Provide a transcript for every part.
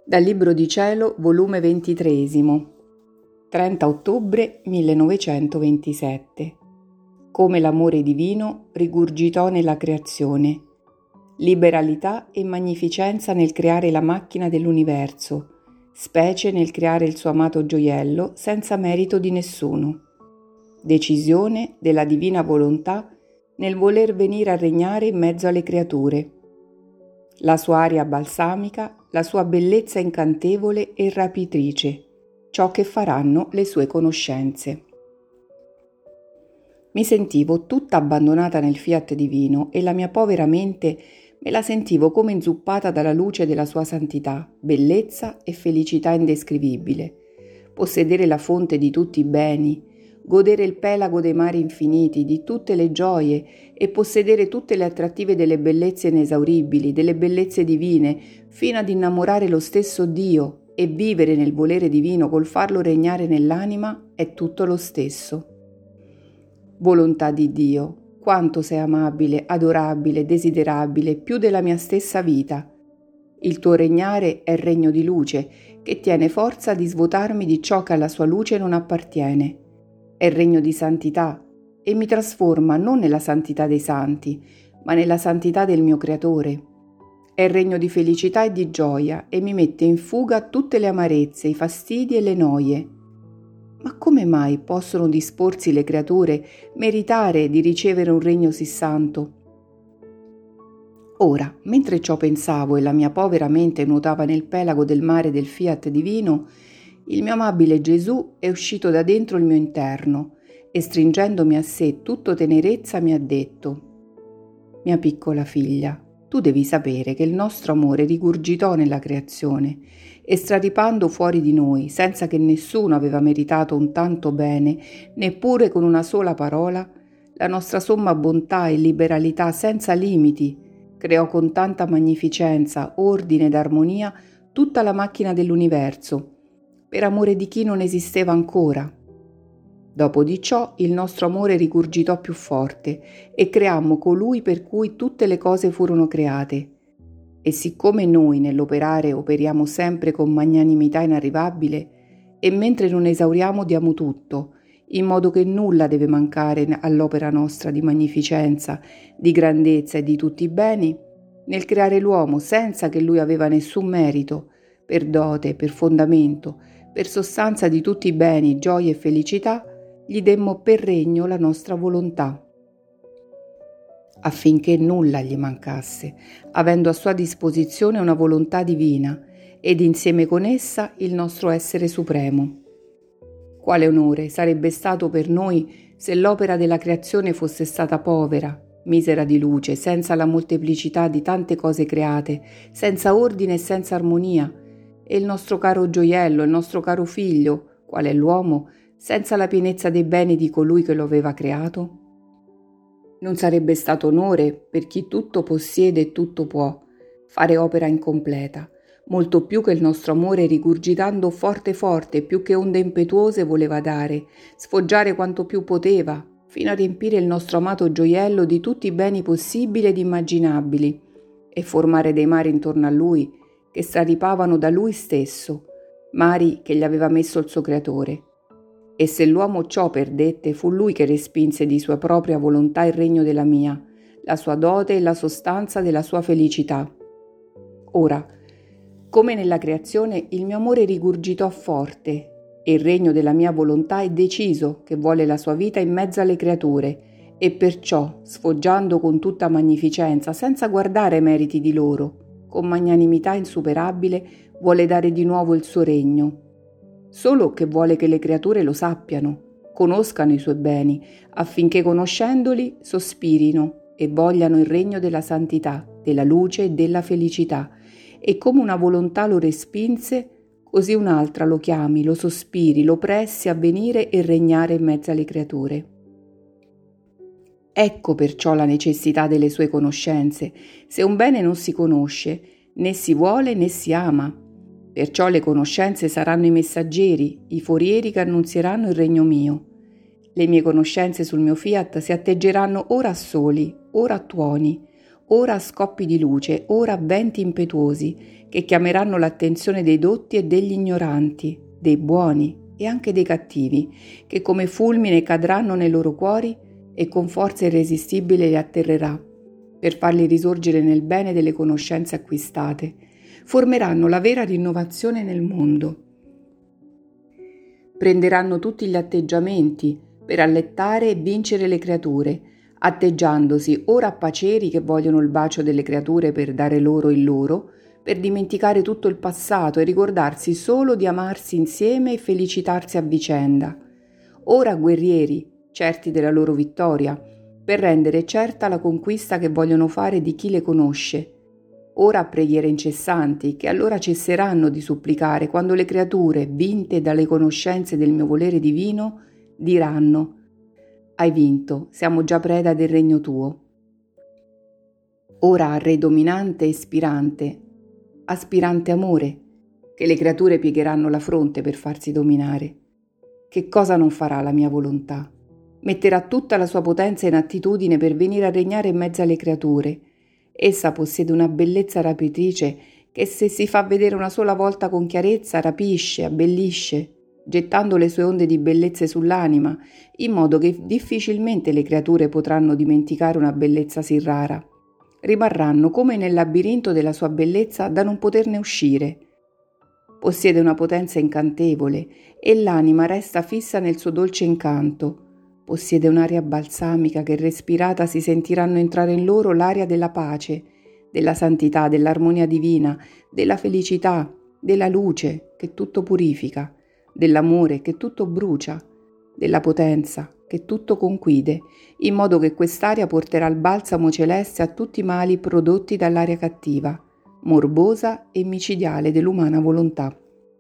Dal Libro di Cielo, volume 23, 30 ottobre 1927. Come l'amore divino rigurgitò nella creazione. Liberalità e magnificenza nel creare la macchina dell'universo, specie nel creare il suo amato gioiello senza merito di nessuno. Decisione della divina volontà nel voler venire a regnare in mezzo alle creature. La sua aria balsamica, la sua bellezza incantevole e rapitrice, ciò che faranno le sue conoscenze. Mi sentivo tutta abbandonata nel fiat divino e la mia povera mente me la sentivo come inzuppata dalla luce della sua santità, bellezza e felicità indescrivibile. Possedere la fonte di tutti i beni, godere il pelago dei mari infiniti, di tutte le gioie e possedere tutte le attrattive delle bellezze inesauribili, delle bellezze divine, fino ad innamorare lo stesso Dio e vivere nel volere divino col farlo regnare nell'anima è tutto lo stesso. Volontà di Dio, quanto sei amabile, adorabile, desiderabile, più della mia stessa vita. Il tuo regnare è regno di luce, che tiene forza di svuotarmi di ciò che alla sua luce non appartiene. È regno di santità e mi trasforma non nella santità dei santi, ma nella santità del mio Creatore. È regno di felicità e di gioia e mi mette in fuga tutte le amarezze, i fastidi e le noie. Ma come mai possono disporsi le creature meritare di ricevere un regno sì santo? Ora, mentre ciò pensavo e la mia povera mente nuotava nel pelago del mare del fiat divino, il mio amabile Gesù è uscito da dentro il mio interno e stringendomi a sé tutto tenerezza mi ha detto: «Mia piccola figlia, tu devi sapere che il nostro amore rigurgitò nella creazione, estraripando fuori di noi, senza che nessuno aveva meritato un tanto bene, neppure con una sola parola, la nostra somma bontà e liberalità senza limiti, creò con tanta magnificenza, ordine ed armonia tutta la macchina dell'universo, per amore di chi non esisteva ancora. Dopo di ciò il nostro amore rigurgitò più forte e creammo colui per cui tutte le cose furono create. E siccome noi nell'operare operiamo sempre con magnanimità inarrivabile, e mentre non esauriamo diamo tutto, in modo che nulla deve mancare all'opera nostra di magnificenza, di grandezza e di tutti i beni, nel creare l'uomo senza che lui aveva nessun merito, per dote, per fondamento, per sostanza di tutti i beni, gioie e felicità, gli demmo per regno la nostra volontà, affinché nulla gli mancasse, avendo a sua disposizione una volontà divina ed insieme con essa il nostro essere supremo. Quale onore sarebbe stato per noi se l'opera della creazione fosse stata povera, misera di luce, senza la molteplicità di tante cose create, senza ordine e senza armonia, e il nostro caro gioiello, il nostro caro figlio, qual è l'uomo, senza la pienezza dei beni di colui che lo aveva creato? Non sarebbe stato onore per chi tutto possiede e tutto può, fare opera incompleta, molto più che il nostro amore rigurgitando forte forte, più che onde impetuose voleva dare, sfoggiare quanto più poteva, fino a riempire il nostro amato gioiello di tutti i beni possibili ed immaginabili, e formare dei mari intorno a lui, che straripavano da lui stesso, mari che gli aveva messo il suo creatore. E se l'uomo ciò perdette, fu lui che respinse di sua propria volontà il regno della mia, la sua dote e la sostanza della sua felicità. Ora, come nella creazione, il mio amore rigurgitò forte, e il regno della mia volontà è deciso che vuole la sua vita in mezzo alle creature, e perciò, sfoggiando con tutta magnificenza, senza guardare ai meriti di loro, con magnanimità insuperabile, vuole dare di nuovo il suo regno. Solo che vuole che le creature lo sappiano, conoscano i suoi beni, affinché conoscendoli sospirino e vogliano il regno della santità, della luce e della felicità, e come una volontà lo respinse, così un'altra lo chiami, lo sospiri, lo pressi a venire e regnare in mezzo alle creature. Ecco perciò la necessità delle sue conoscenze. Se un bene non si conosce, né si vuole né si ama. Perciò le conoscenze saranno i messaggeri, i forieri che annunzieranno il regno mio. Le mie conoscenze sul mio fiat si atteggeranno ora a soli, ora a tuoni, ora scoppi di luce, ora venti impetuosi, che chiameranno l'attenzione dei dotti e degli ignoranti, dei buoni e anche dei cattivi, che come fulmine cadranno nei loro cuori e con forza irresistibile li atterrerà, per farli risorgere nel bene delle conoscenze acquistate. Formeranno la vera rinnovazione nel mondo. Prenderanno tutti gli atteggiamenti per allettare e vincere le creature, atteggiandosi ora a paceri che vogliono il bacio delle creature per dare loro il loro, per dimenticare tutto il passato e ricordarsi solo di amarsi insieme e felicitarsi a vicenda. Ora guerrieri, certi della loro vittoria, per rendere certa la conquista che vogliono fare di chi le conosce. Ora preghiere incessanti, che allora cesseranno di supplicare quando le creature, vinte dalle conoscenze del mio volere divino, diranno: hai vinto, siamo già preda del regno tuo. Ora re dominante e aspirante amore, che le creature piegheranno la fronte per farsi dominare. Che cosa non farà la mia volontà? Metterà tutta la sua potenza in attitudine per venire a regnare in mezzo alle creature. Essa possiede una bellezza rapitrice che se si fa vedere una sola volta con chiarezza rapisce, abbellisce, gettando le sue onde di bellezze sull'anima, in modo che difficilmente le creature potranno dimenticare una bellezza sì rara. Rimarranno come nel labirinto della sua bellezza da non poterne uscire. Possiede una potenza incantevole e l'anima resta fissa nel suo dolce incanto. Possiede un'aria balsamica che respirata si sentiranno entrare in loro l'aria della pace, della santità, dell'armonia divina, della felicità, della luce che tutto purifica, dell'amore che tutto brucia, della potenza che tutto conquide, in modo che quest'aria porterà il balsamo celeste a tutti i mali prodotti dall'aria cattiva, morbosa e micidiale dell'umana volontà.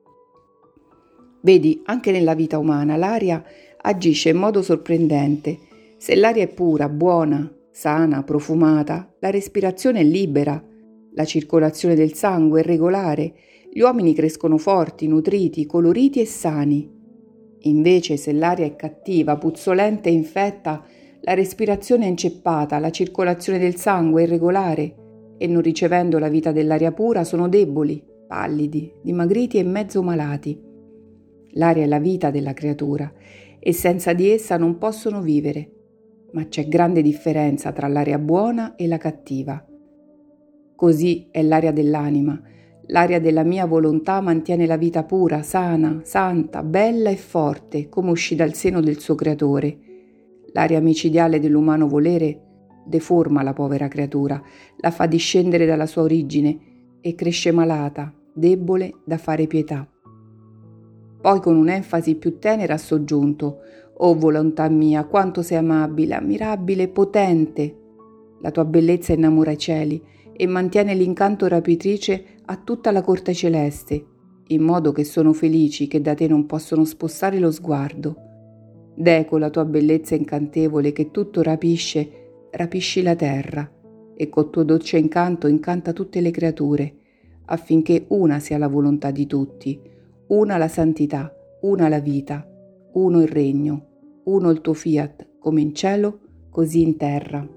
Vedi, anche nella vita umana l'aria agisce in modo sorprendente. Se l'aria è pura, buona, sana, profumata, la respirazione è libera, la circolazione del sangue è regolare, gli uomini crescono forti, nutriti, coloriti e sani. Invece, se l'aria è cattiva, puzzolente e infetta, la respirazione è inceppata, la circolazione del sangue è irregolare e non ricevendo la vita dell'aria pura sono deboli, pallidi, dimagriti e mezzo malati. L'aria è la vita della creatura e senza di essa non possono vivere, ma c'è grande differenza tra l'aria buona e la cattiva. Così è l'aria dell'anima. L'aria della mia volontà mantiene la vita pura, sana, santa, bella e forte, come uscì dal seno del suo creatore. L'aria micidiale dell'umano volere deforma la povera creatura, la fa discendere dalla sua origine e cresce malata, debole da fare pietà. Poi con un'enfasi più tenera ha soggiunto: «O volontà mia, quanto sei amabile, ammirabile e potente! La tua bellezza innamora i cieli e mantiene l'incanto rapitrice a tutta la corte celeste, in modo che sono felici che da te non possono spostare lo sguardo. Deco la tua bellezza incantevole che tutto rapisce, rapisci la terra, e col tuo dolce incanto incanta tutte le creature, affinché una sia la volontà di tutti, una la santità, una la vita, uno il regno, uno il tuo fiat, come in cielo, così in terra».